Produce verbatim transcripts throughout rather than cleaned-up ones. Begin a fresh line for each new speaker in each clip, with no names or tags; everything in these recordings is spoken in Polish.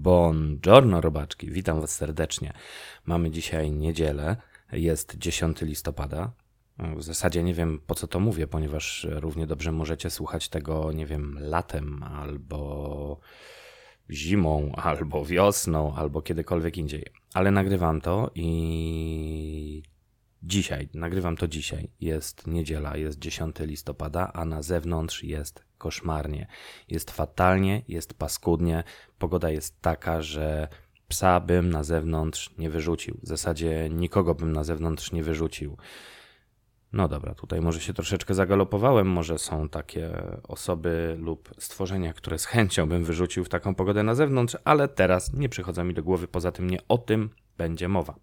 Buongiorno robaczki, witam was serdecznie. Mamy dzisiaj niedzielę, jest dziesiątego listopada. W zasadzie nie wiem po co to mówię, ponieważ równie dobrze możecie słuchać tego, nie wiem, latem albo zimą, albo wiosną, albo kiedykolwiek indziej. Ale nagrywam to i dzisiaj, nagrywam to dzisiaj. Jest niedziela, jest dziesiątego listopada, a na zewnątrz jest koszmarnie. Jest fatalnie, jest paskudnie. Pogoda jest taka, że psa bym na zewnątrz nie wyrzucił. W zasadzie nikogo bym na zewnątrz nie wyrzucił. No dobra, tutaj może się troszeczkę zagalopowałem, może są takie osoby lub stworzenia, które z chęcią bym wyrzucił w taką pogodę na zewnątrz, ale teraz nie przychodzą mi do głowy, poza tym nie o tym będzie mowa.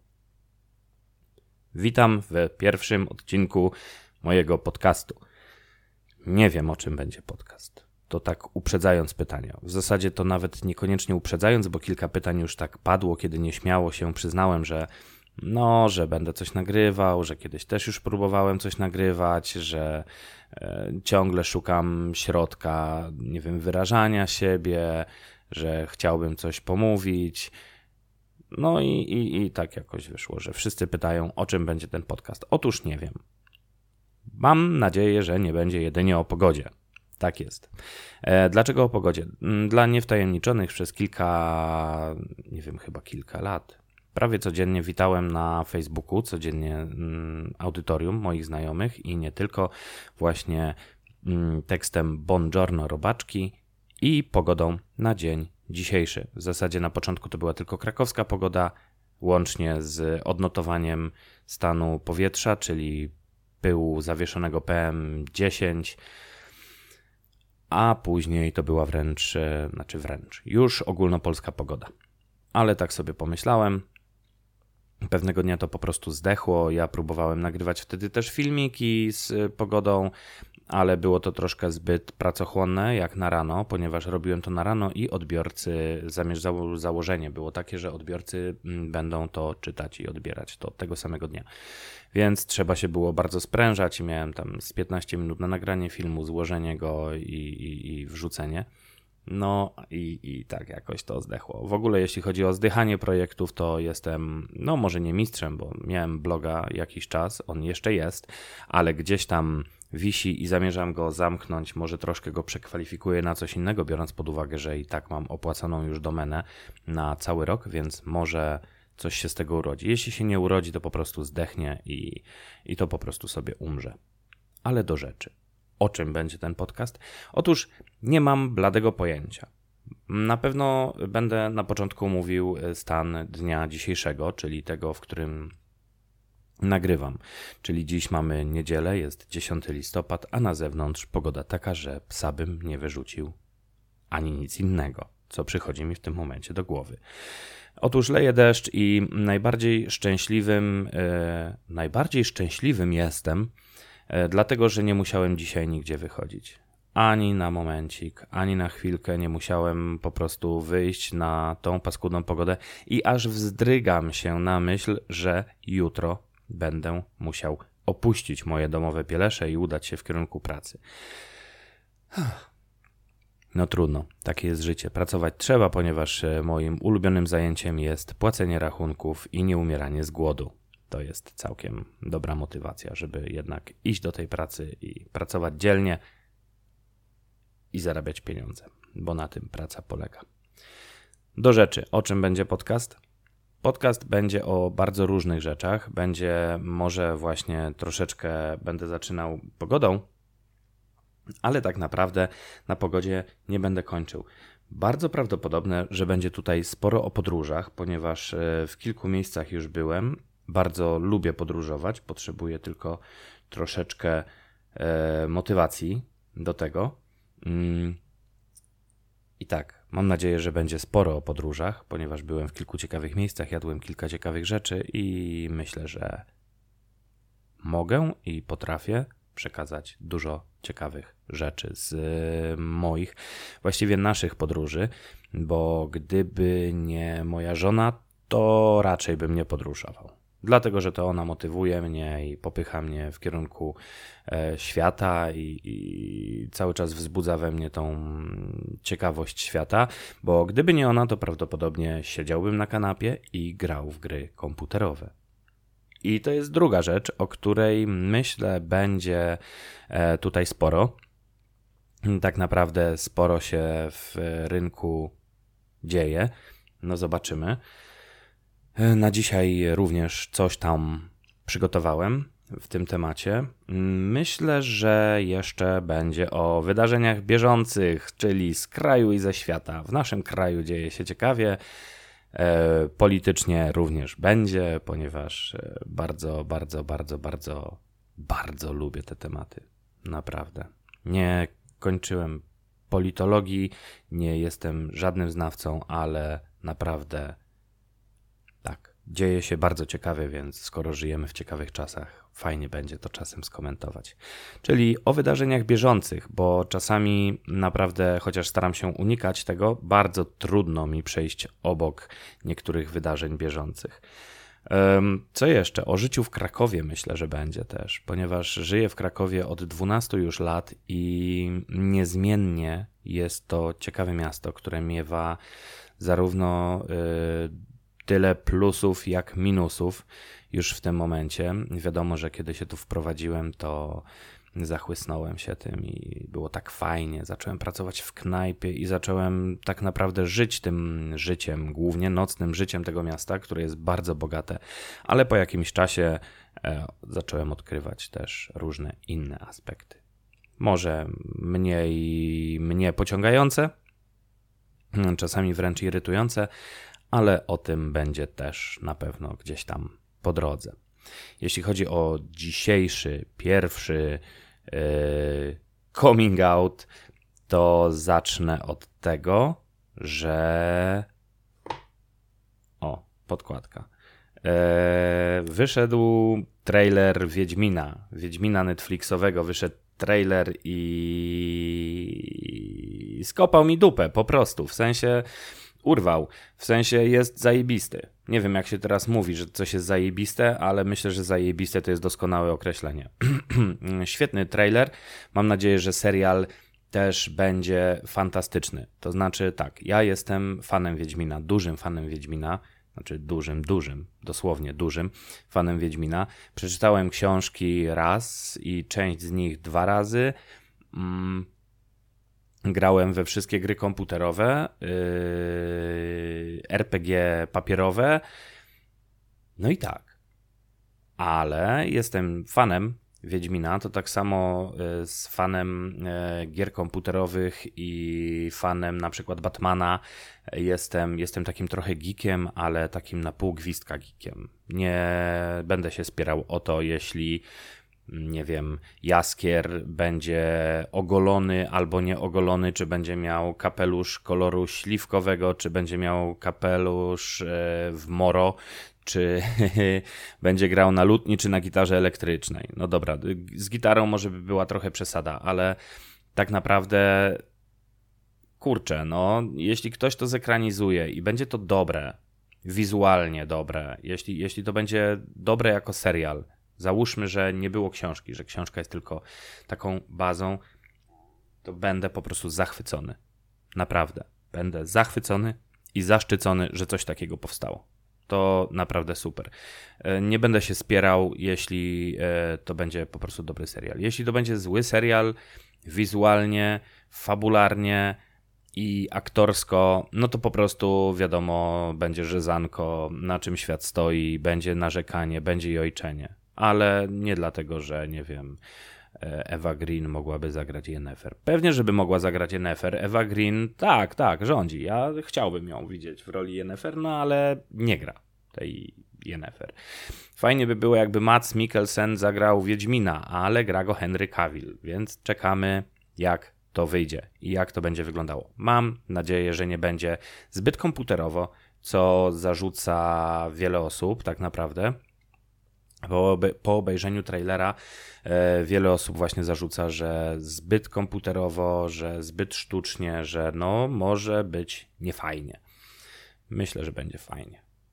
Witam w pierwszym odcinku mojego podcastu. Nie wiem, o czym będzie podcast. To tak uprzedzając pytania. W zasadzie to nawet niekoniecznie uprzedzając, bo kilka pytań już tak padło, kiedy nieśmiało się przyznałem, że no, że będę coś nagrywał, że kiedyś też już próbowałem coś nagrywać, że e, ciągle szukam środka, nie wiem, wyrażania siebie, że chciałbym coś pomówić. No i, i, i tak jakoś wyszło, że wszyscy pytają, o czym będzie ten podcast. Otóż nie wiem. Mam nadzieję, że nie będzie jedynie o pogodzie. Tak jest. E, dlaczego o pogodzie? Dla niewtajemniczonych przez kilka, nie wiem, chyba kilka lat, prawie codziennie witałem na Facebooku, codziennie mm, audytorium moich znajomych i nie tylko, właśnie mm, tekstem Buongiorno robaczki i pogodą na dzień dzisiejszy. W zasadzie na początku to była tylko krakowska pogoda, łącznie z odnotowaniem stanu powietrza, czyli pyłu zawieszonego P M dziesięć, a później to była wręcz, znaczy wręcz, już ogólnopolska pogoda. Ale tak sobie pomyślałem, pewnego dnia to po prostu zdechło, ja próbowałem nagrywać wtedy też filmiki z pogodą, ale było to troszkę zbyt pracochłonne jak na rano, ponieważ robiłem to na rano i odbiorcy, zamierzało założenie było takie, że odbiorcy będą to czytać i odbierać to tego samego dnia. Więc trzeba się było bardzo sprężać i miałem tam z piętnaście minut na nagranie filmu, złożenie go i, i, i wrzucenie. No i, i tak jakoś to zdechło. W ogóle jeśli chodzi o zdychanie projektów, to jestem, no może nie mistrzem, bo miałem bloga jakiś czas, on jeszcze jest, ale gdzieś tam wisi i zamierzam go zamknąć, może troszkę go przekwalifikuję na coś innego, biorąc pod uwagę, że i tak mam opłaconą już domenę na cały rok, więc może coś się z tego urodzi. Jeśli się nie urodzi, to po prostu zdechnie i, i to po prostu sobie umrze. Ale do rzeczy. O czym będzie ten podcast? Otóż nie mam bladego pojęcia. Na pewno będę na początku mówił stan dnia dzisiejszego, czyli tego, w którym nagrywam. Czyli dziś mamy niedzielę, jest dziesiątego listopada, a na zewnątrz pogoda taka, że psa bym nie wyrzucił ani nic innego, co przychodzi mi w tym momencie do głowy. Otóż leje deszcz i najbardziej szczęśliwym, e, najbardziej szczęśliwym jestem, e, dlatego, że nie musiałem dzisiaj nigdzie wychodzić. Ani na momencik, ani na chwilkę nie musiałem po prostu wyjść na tą paskudną pogodę i aż wzdrygam się na myśl, że jutro będę musiał opuścić moje domowe pielesze i udać się w kierunku pracy. No trudno, takie jest życie. Pracować trzeba, ponieważ moim ulubionym zajęciem jest płacenie rachunków i nie umieranie z głodu. To jest całkiem dobra motywacja, żeby jednak iść do tej pracy i pracować dzielnie i zarabiać pieniądze, bo na tym praca polega. Do rzeczy, o czym będzie podcast? Podcast będzie o bardzo różnych rzeczach. Będzie może właśnie troszeczkę będę zaczynał pogodą, ale tak naprawdę na pogodzie nie będę kończył. Bardzo prawdopodobne, że będzie tutaj sporo o podróżach, ponieważ w kilku miejscach już byłem. Bardzo lubię podróżować, potrzebuję tylko troszeczkę motywacji do tego. I tak, mam nadzieję, że będzie sporo o podróżach, ponieważ byłem w kilku ciekawych miejscach, jadłem kilka ciekawych rzeczy i myślę, że mogę i potrafię przekazać dużo ciekawych rzeczy z moich, właściwie naszych podróży, bo gdyby nie moja żona, to raczej bym nie podróżował. Dlatego, że to ona motywuje mnie i popycha mnie w kierunku e, świata i, i cały czas wzbudza we mnie tą ciekawość świata, bo gdyby nie ona, to prawdopodobnie siedziałbym na kanapie i grał w gry komputerowe. I to jest druga rzecz, o której myślę będzie e, tutaj sporo. Tak naprawdę sporo się w rynku dzieje. No zobaczymy. Na dzisiaj również coś tam przygotowałem w tym temacie. Myślę, że jeszcze będzie o wydarzeniach bieżących, czyli z kraju i ze świata. W naszym kraju dzieje się ciekawie. E, politycznie również będzie, ponieważ bardzo, bardzo, bardzo, bardzo, bardzo lubię te tematy. Naprawdę. Nie kończyłem politologii, nie jestem żadnym znawcą, ale naprawdę tak, dzieje się bardzo ciekawie, więc skoro żyjemy w ciekawych czasach, fajnie będzie to czasem skomentować. Czyli o wydarzeniach bieżących, bo czasami naprawdę, chociaż staram się unikać tego, bardzo trudno mi przejść obok niektórych wydarzeń bieżących. Co jeszcze? O życiu w Krakowie myślę, że będzie też, ponieważ żyję w Krakowie od dwunastu już lat i niezmiennie jest to ciekawe miasto, które miewa zarówno tyle plusów jak minusów już w tym momencie. Wiadomo, że kiedy się tu wprowadziłem, to zachłysnąłem się tym i było tak fajnie. Zacząłem pracować w knajpie i zacząłem tak naprawdę żyć tym życiem, głównie nocnym życiem tego miasta, które jest bardzo bogate, ale po jakimś czasie e, zacząłem odkrywać też różne inne aspekty. Może mniej mnie pociągające, czasami wręcz irytujące, ale o tym będzie też na pewno gdzieś tam po drodze. Jeśli chodzi o dzisiejszy, pierwszy yy, coming out, to zacznę od tego, że... O, podkładka. Yy, wyszedł trailer Wiedźmina. Wiedźmina Netflixowego wyszedł trailer i skopał mi dupę po prostu. W sensie... Urwał. W sensie jest zajebisty. Nie wiem, jak się teraz mówi, że coś jest zajebiste, ale myślę, że zajebiste to jest doskonałe określenie. Świetny trailer. Mam nadzieję, że serial też będzie fantastyczny. To znaczy tak, ja jestem fanem Wiedźmina, dużym fanem Wiedźmina, znaczy dużym, dużym, dosłownie dużym fanem Wiedźmina. Przeczytałem książki raz i część z nich dwa razy. Mm. Grałem we wszystkie gry komputerowe, yy, R P G papierowe, no i tak. Ale jestem fanem Wiedźmina, to tak samo yy, z fanem yy, gier komputerowych i fanem na przykład Batmana. Jestem, jestem takim trochę geekiem, ale takim na pół gwizdka geekiem. Nie będę się spierał o to, jeśli... nie wiem, Jaskier będzie ogolony albo nie ogolony, czy będzie miał kapelusz koloru śliwkowego, czy będzie miał kapelusz w moro, czy będzie grał na lutni, czy na gitarze elektrycznej. No dobra, z gitarą może by była trochę przesada, ale tak naprawdę kurczę, no jeśli ktoś to zekranizuje i będzie to dobre, wizualnie dobre, jeśli, jeśli to będzie dobre jako serial, załóżmy, że nie było książki, że książka jest tylko taką bazą, to będę po prostu zachwycony. Naprawdę. Będę zachwycony i zaszczycony, że coś takiego powstało. To naprawdę super. Nie będę się spierał, jeśli to będzie po prostu dobry serial. Jeśli to będzie zły serial, wizualnie, fabularnie i aktorsko, no to po prostu wiadomo, będzie rzezanko, na czym świat stoi, będzie narzekanie, będzie jojczenie. Ale nie dlatego, że nie wiem, Eva Green mogłaby zagrać Yennefer. Pewnie, żeby mogła zagrać Yennefer. Eva Green, tak, tak, rządzi. Ja chciałbym ją widzieć w roli Yennefer, no ale nie gra tej Yennefer. Fajnie by było, jakby Mads Mikkelsen zagrał Wiedźmina, ale gra go Henry Cavill, więc czekamy, jak to wyjdzie i jak to będzie wyglądało. Mam nadzieję, że nie będzie zbyt komputerowo, co zarzuca wiele osób tak naprawdę. Po, obe- po obejrzeniu trailera e, wiele osób właśnie zarzuca, że zbyt komputerowo, że zbyt sztucznie, że no może być niefajnie. Myślę, że będzie fajnie.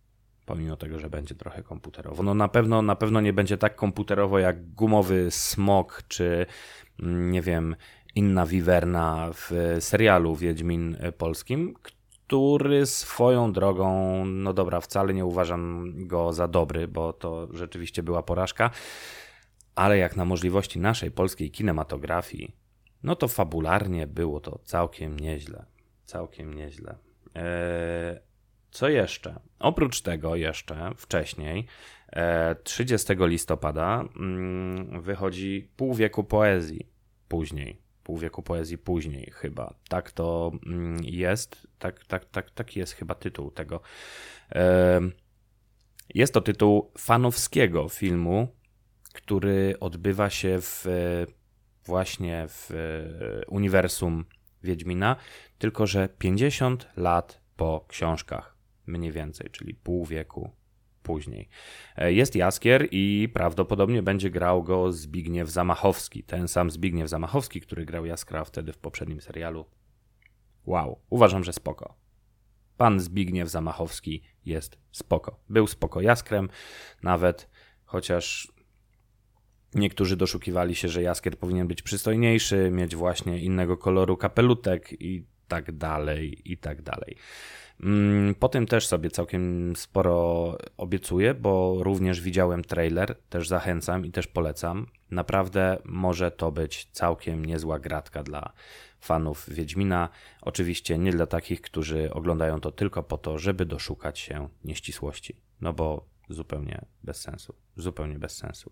pomimo tego, że będzie trochę komputerowo. No na pewno, na pewno nie będzie tak komputerowo jak gumowy smok, czy nie wiem, inna wiwerna w serialu Wiedźmin polskim, który swoją drogą, no dobra, wcale nie uważam go za dobry, bo to rzeczywiście była porażka, ale jak na możliwości naszej polskiej kinematografii, no to fabularnie było to całkiem nieźle. Całkiem nieźle. Eee, co jeszcze? Oprócz tego jeszcze wcześniej, e, trzydziestego listopada mm, wychodzi Pół wieku poezji. Później. Pół wieku poezji później chyba. Tak to mm, jest. Tak, tak, tak, taki jest chyba tytuł tego. E, jest to tytuł fanowskiego filmu, który odbywa się w właśnie w uniwersum Wiedźmina, tylko że pięćdziesiąt lat po książkach, mniej więcej, czyli pół wieku później. Jest Jaskier i prawdopodobnie będzie grał go Zbigniew Zamachowski, ten sam Zbigniew Zamachowski, który grał Jaskra wtedy w poprzednim serialu. Wow, uważam, że spoko. Pan Zbigniew Zamachowski jest spoko. Był spoko Jaskrem nawet, chociaż niektórzy doszukiwali się, że Jaskier powinien być przystojniejszy, mieć właśnie innego koloru kapelutek i tak dalej, i tak dalej. Po tym też sobie całkiem sporo obiecuję, bo również widziałem trailer, też zachęcam i też polecam. Naprawdę może to być całkiem niezła gratka dla fanów Wiedźmina. Oczywiście nie dla takich, którzy oglądają to tylko po to, żeby doszukać się nieścisłości. No bo zupełnie bez sensu. Zupełnie bez sensu.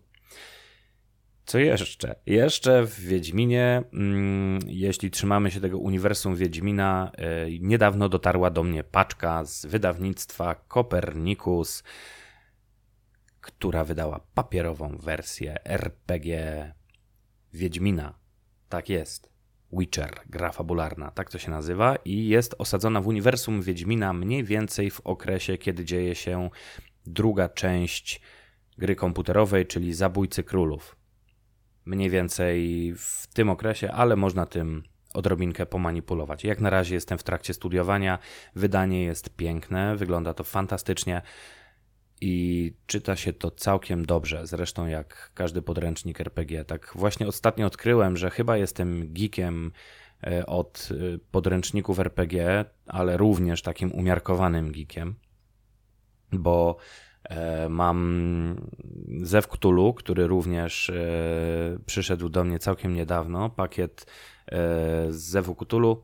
Co jeszcze? Jeszcze w Wiedźminie, mm, jeśli trzymamy się tego uniwersum Wiedźmina, yy, niedawno dotarła do mnie paczka z wydawnictwa Copernicus, która wydała papierową wersję er pe gie Wiedźmina. Tak jest. Witcher, gra fabularna, tak to się nazywa i jest osadzona w uniwersum Wiedźmina mniej więcej w okresie, kiedy dzieje się druga część gry komputerowej, czyli Zabójcy Królów. Mniej więcej w tym okresie, ale można tym odrobinkę pomanipulować. Jak na razie jestem w trakcie studiowania, wydanie jest piękne, wygląda to fantastycznie i czyta się to całkiem dobrze, zresztą jak każdy podręcznik er pe gie. Tak właśnie ostatnio odkryłem, że chyba jestem geekiem od podręczników er pe gie, ale również takim umiarkowanym geekiem, bo mam Zew Cthulhu, który również przyszedł do mnie całkiem niedawno, pakiet z Zewu Cthulhu.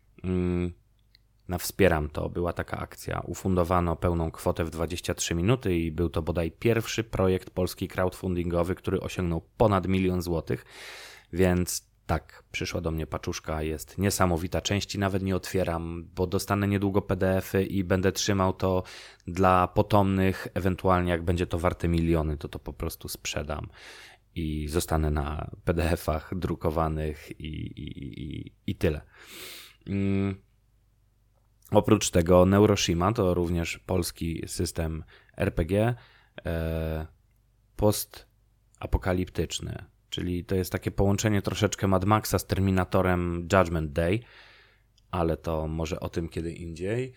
Na Wspieram to była taka akcja. Ufundowano pełną kwotę w dwadzieścia trzy minuty i był to bodaj pierwszy projekt polski crowdfundingowy, który osiągnął ponad milion złotych, więc tak, przyszła do mnie paczuszka, jest niesamowita. Części nawet nie otwieram, bo dostanę niedługo pe de efy i będę trzymał to dla potomnych. Ewentualnie jak będzie to warte miliony, to to po prostu sprzedam i zostanę na pe de efach drukowanych i, i, i, i tyle. Mm. Oprócz tego Neuroshima to również polski system er pe gie e, postapokaliptyczny. Czyli to jest takie połączenie troszeczkę Mad Maxa z Terminatorem Judgment Day, ale to może o tym kiedy indziej.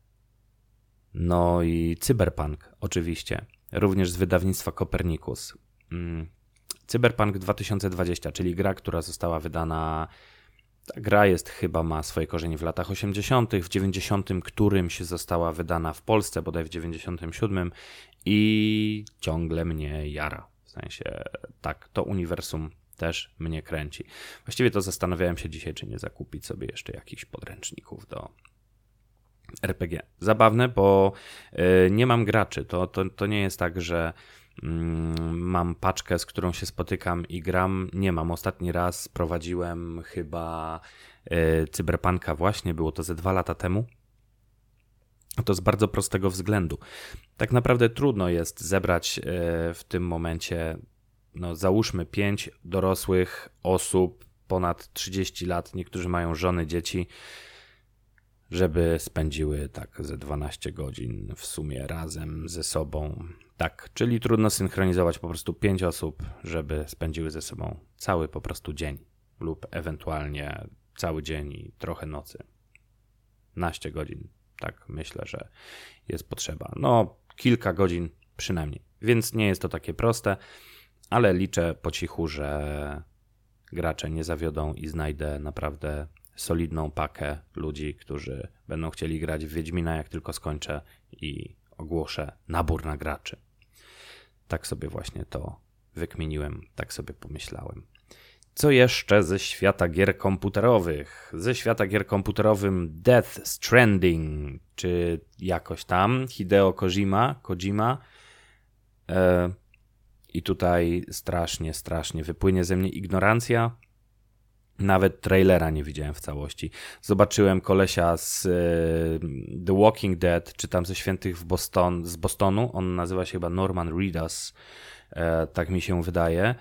No i Cyberpunk oczywiście, również z wydawnictwa Copernicus. Cyberpunk dwa tysiące dwadzieścia, czyli gra, która została wydana... Ta gra jest chyba, ma swoje korzenie w latach osiemdziesiątych, w dziewięćdziesiątym którymś została wydana w Polsce, bodaj w dziewięćdziesiątym siódmym i ciągle mnie jara. W sensie tak, to uniwersum też mnie kręci. Właściwie to zastanawiałem się dzisiaj, czy nie zakupić sobie jeszcze jakichś podręczników do er pe gie. Zabawne, bo yy, nie mam graczy. To, to, to nie jest tak, że yy, mam paczkę, z którą się spotykam i gram. Nie mam. Ostatni raz prowadziłem chyba yy, Cyberpunka właśnie, było to ze dwa lata temu. To z bardzo prostego względu. Tak naprawdę trudno jest zebrać w tym momencie, no załóżmy pięć dorosłych osób, ponad trzydzieści lat, niektórzy mają żony, dzieci, żeby spędziły tak ze dwanaście godzin w sumie razem ze sobą. Tak, czyli trudno synchronizować po prostu pięć osób, żeby spędziły ze sobą cały po prostu dzień lub ewentualnie cały dzień i trochę nocy. naście godzin. Tak, myślę, że jest potrzeba. No, kilka godzin przynajmniej. Więc nie jest to takie proste, ale liczę po cichu, że gracze nie zawiodą i znajdę naprawdę solidną pakę ludzi, którzy będą chcieli grać w Wiedźmina, jak tylko skończę i ogłoszę nabór na graczy. Tak sobie właśnie to wykminiłem, tak sobie pomyślałem. Co jeszcze ze świata gier komputerowych? Ze świata gier komputerowym Death Stranding, czy jakoś tam, Hideo Kojima, Kojima. E, I tutaj strasznie, strasznie wypłynie ze mnie ignorancja. Nawet trailera nie widziałem w całości. Zobaczyłem kolesia z e, The Walking Dead, czy tam ze Świętych w Boston, z Bostonu. On nazywa się chyba Norman Reedus, e, tak mi się wydaje.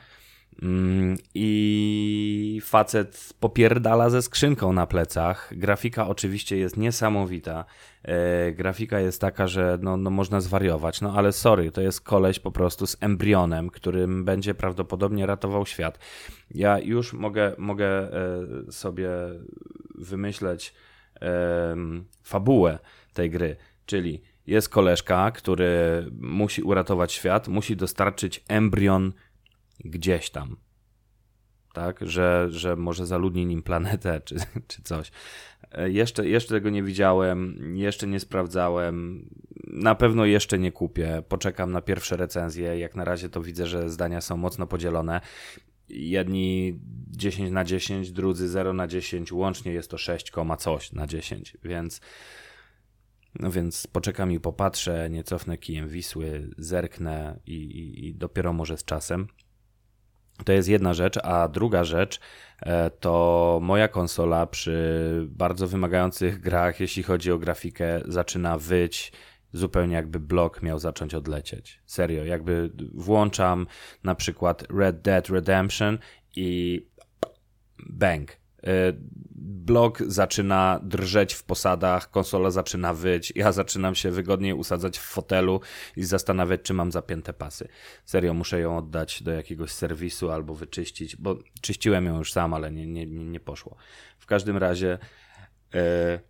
I facet popierdala ze skrzynką na plecach. Grafika oczywiście jest niesamowita. E, grafika jest taka, że no, no można zwariować, no ale sorry, to jest koleś po prostu z embrionem, którym będzie prawdopodobnie ratował świat. Ja już mogę, mogę e, sobie wymyśleć e, fabułę tej gry, czyli jest koleżka, który musi uratować świat, musi dostarczyć embrion gdzieś tam, tak, że, że może zaludni nim planetę, czy, czy coś. Jeszcze, jeszcze tego nie widziałem, jeszcze nie sprawdzałem, na pewno jeszcze nie kupię, poczekam na pierwsze recenzje, jak na razie to widzę, że zdania są mocno podzielone. Jedni dziesięć na dziesięć, drudzy zero na dziesięć, łącznie jest to sześć, coś na dziesięć, więc no więc poczekam i popatrzę, nie cofnę kijem Wisły, zerknę i, i, i dopiero może z czasem. To jest jedna rzecz, a druga rzecz to moja konsola przy bardzo wymagających grach, jeśli chodzi o grafikę, zaczyna wyć zupełnie jakby blok miał zacząć odlecieć. Serio, jakby włączam na przykład Red Dead Redemption i bang. Blok zaczyna drżeć w posadach, konsola zaczyna wyć, ja zaczynam się wygodnie usadzać w fotelu i zastanawiać, czy mam zapięte pasy. Serio, muszę ją oddać do jakiegoś serwisu albo wyczyścić, bo czyściłem ją już sam, ale nie, nie, nie poszło. W każdym razie e...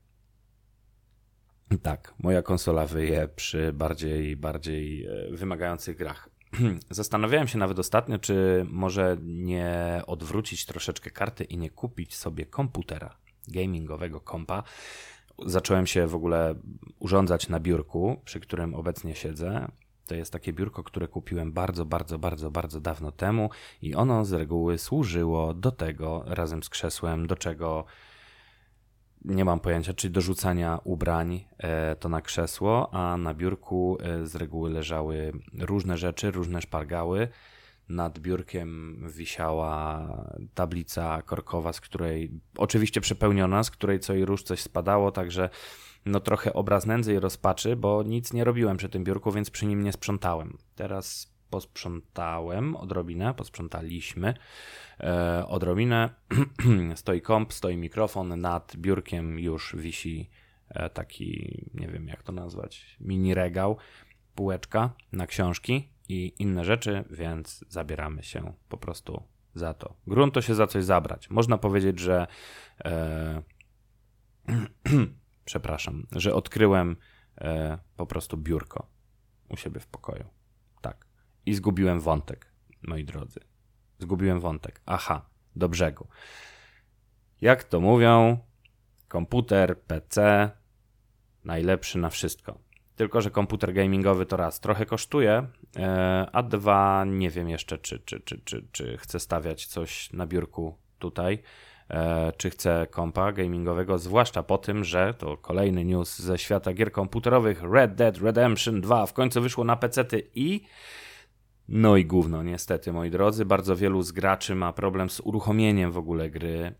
tak, moja konsola wyje przy bardziej, bardziej wymagających grach. Zastanawiałem się nawet ostatnio, czy może nie odwrócić troszeczkę karty i nie kupić sobie komputera gamingowego, kompa. Zacząłem się w ogóle urządzać na biurku, przy którym obecnie siedzę. To jest takie biurko, które kupiłem bardzo, bardzo, bardzo, bardzo dawno temu i ono z reguły służyło do tego, razem z krzesłem, do czego nie mam pojęcia, czyli do rzucania ubrań e, to na krzesło, a na biurku e, z reguły leżały różne rzeczy, różne szpargały. Nad biurkiem wisiała tablica korkowa, z której, oczywiście przepełniona, z której co i róż coś spadało, także no trochę obraz nędzy i rozpaczy, bo nic nie robiłem przy tym biurku, więc przy nim nie sprzątałem. Teraz posprzątałem odrobinę, posprzątaliśmy e, odrobinę. Stoi komp, stoi mikrofon, nad biurkiem już wisi e, taki, nie wiem jak to nazwać, mini regał, półeczka na książki i inne rzeczy, więc zabieramy się po prostu za to. Grunt to się za coś zabrać. Można powiedzieć, że e, przepraszam, że odkryłem e, po prostu biurko u siebie w pokoju. Tak. I zgubiłem wątek, moi drodzy. Zgubiłem wątek. Aha, do brzegu. Jak to mówią, komputer, P C, najlepszy na wszystko. Tylko że komputer gamingowy to raz trochę kosztuje, a dwa nie wiem jeszcze, czy, czy, czy, czy, czy chcę stawiać coś na biurku tutaj, czy chcę kompa gamingowego, zwłaszcza po tym, że to kolejny news ze świata gier komputerowych, Red Dead Redemption dwa w końcu wyszło na pecety i no i gówno, niestety, moi drodzy. Bardzo wielu z graczy ma problem z uruchomieniem w ogóle gry.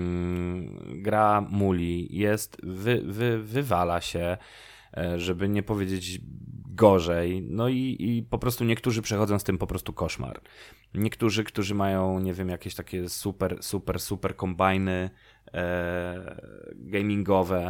Gra muli, jest, wy, wy, wywala się, żeby nie powiedzieć gorzej. No i, i po prostu niektórzy przechodzą z tym po prostu koszmar. Niektórzy, którzy mają, nie wiem, jakieś takie super, super, super kombajny e, gamingowe,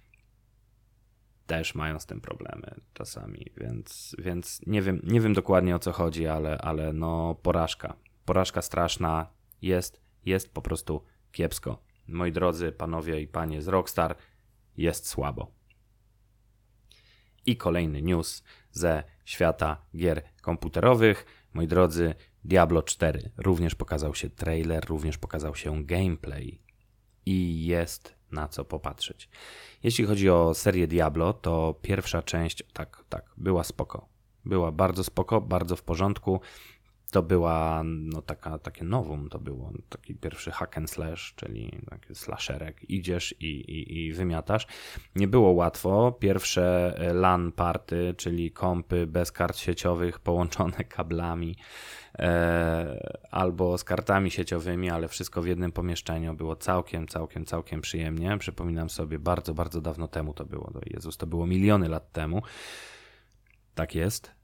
też mają z tym problemy czasami, więc, więc nie wiem, nie wiem dokładnie o co chodzi, ale, ale no porażka. Porażka straszna jest, jest po prostu kiepsko. Moi drodzy panowie i panie z Rockstar, jest słabo. I kolejny news ze świata gier komputerowych. Moi drodzy, Diablo cztery. Również pokazał się trailer, również pokazał się gameplay i jest na co popatrzeć. Jeśli chodzi o serię Diablo, to pierwsza część, tak, tak, była spoko. Była bardzo spoko, bardzo w porządku. To była no, taka, takie nowum, to było taki pierwszy hack and slash, czyli taki slasherek. Idziesz i, i, i wymiatasz. Nie było łatwo. Pierwsze LAN party, czyli kompy bez kart sieciowych połączone kablami e, albo z kartami sieciowymi, ale wszystko w jednym pomieszczeniu. Było całkiem, całkiem, całkiem przyjemnie. Przypominam sobie, bardzo, bardzo dawno temu to było. To Jezus, to było miliony lat temu. Tak jest.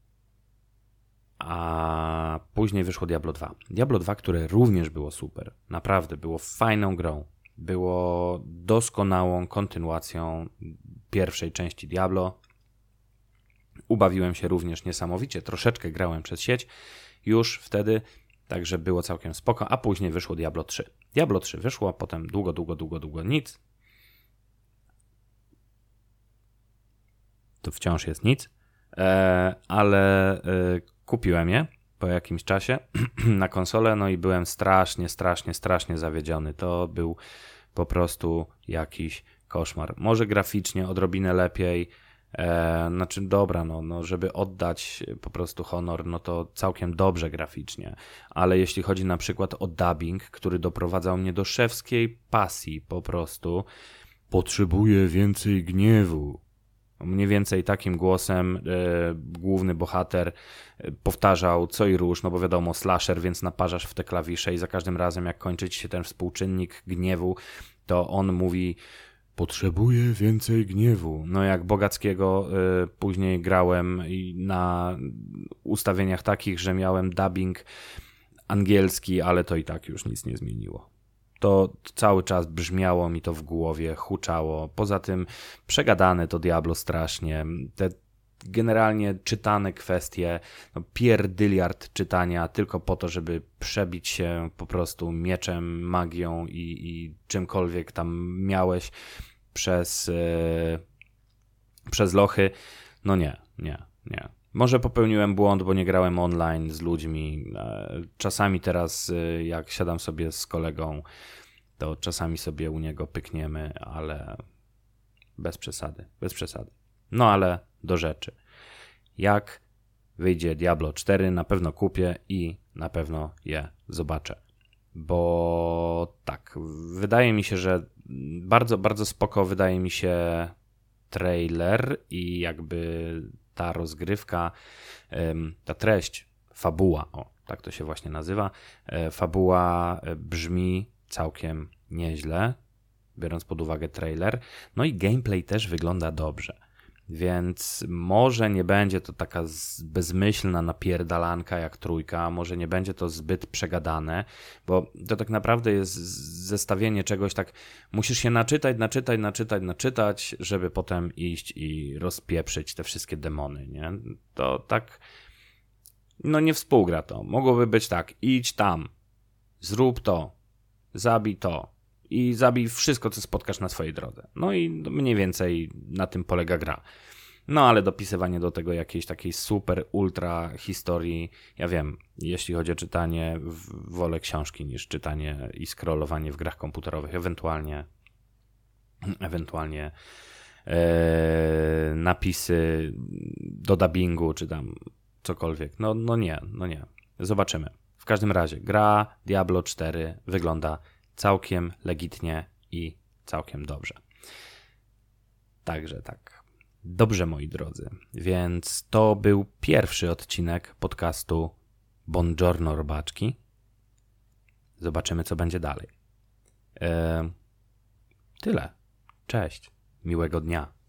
A później wyszło Diablo dwa. Diablo dwa, które również było super. Naprawdę było fajną grą. Było doskonałą kontynuacją pierwszej części Diablo. Ubawiłem się również niesamowicie. Troszeczkę grałem przez sieć już wtedy, także było całkiem spoko. A później wyszło Diablo trzy. Diablo trzy wyszło, potem długo, długo, długo, długo nic. To wciąż jest nic. E, ale e, kupiłem je po jakimś czasie na konsolę, no i byłem strasznie, strasznie, strasznie zawiedziony. To był po prostu jakiś koszmar. Może graficznie odrobinę lepiej, e, znaczy dobra, no, no żeby oddać po prostu honor, no to całkiem dobrze graficznie, ale jeśli chodzi na przykład o dubbing, który doprowadzał mnie do szewskiej pasji po prostu, potrzebuję więcej gniewu. Mniej więcej takim głosem e, główny bohater e, powtarzał co i róż, no bo wiadomo, slasher, więc naparzasz w te klawisze i za każdym razem jak kończy ci się ten współczynnik gniewu, to on mówi potrzebuję więcej gniewu. No jak Bogackiego e, później grałem i na ustawieniach takich, że miałem dubbing angielski, ale to i tak już nic nie zmieniło. To cały czas brzmiało mi to w głowie, huczało. Poza tym przegadane to Diablo strasznie. Te generalnie czytane kwestie, no pierdyliard czytania tylko po to, żeby przebić się po prostu mieczem, magią i, i czymkolwiek tam miałeś przez, yy, przez lochy. No nie, nie, nie. Może popełniłem błąd, bo nie grałem online z ludźmi. Czasami teraz, jak siadam sobie z kolegą, to czasami sobie u niego pykniemy, ale bez przesady, bez przesady. No ale do rzeczy. Jak wyjdzie Diablo cztery, na pewno kupię i na pewno je zobaczę. Bo tak, wydaje mi się, że bardzo, bardzo spoko wydaje mi się trailer i jakby ta rozgrywka, ta treść, fabuła, o, tak to się właśnie nazywa, fabuła brzmi całkiem nieźle, biorąc pod uwagę trailer, no i gameplay też wygląda dobrze, więc może nie będzie to taka bezmyślna napierdalanka jak trójka, może nie będzie to zbyt przegadane, bo to tak naprawdę jest zestawienie czegoś tak, musisz się naczytać, naczytać, naczytać, naczytać, żeby potem iść i rozpieprzyć te wszystkie demony, nie? To tak, no nie współgra to. Mogłoby być tak, idź tam, zrób to, zabij to i zabij wszystko, co spotkasz na swojej drodze. No i mniej więcej na tym polega gra. No ale dopisywanie do tego jakiejś takiej super, ultra historii, ja wiem, jeśli chodzi o czytanie, wolę książki niż czytanie i scrollowanie w grach komputerowych, ewentualnie ewentualnie e, napisy do dubbingu, czy tam cokolwiek. No, no nie, no nie. Zobaczymy. W każdym razie gra Diablo cztery wygląda całkiem legitnie i całkiem dobrze. Także tak. Dobrze, moi drodzy. Więc to był pierwszy odcinek podcastu Buongiorno Robaczki. Zobaczymy, co będzie dalej. Eee, tyle. Cześć. Miłego dnia.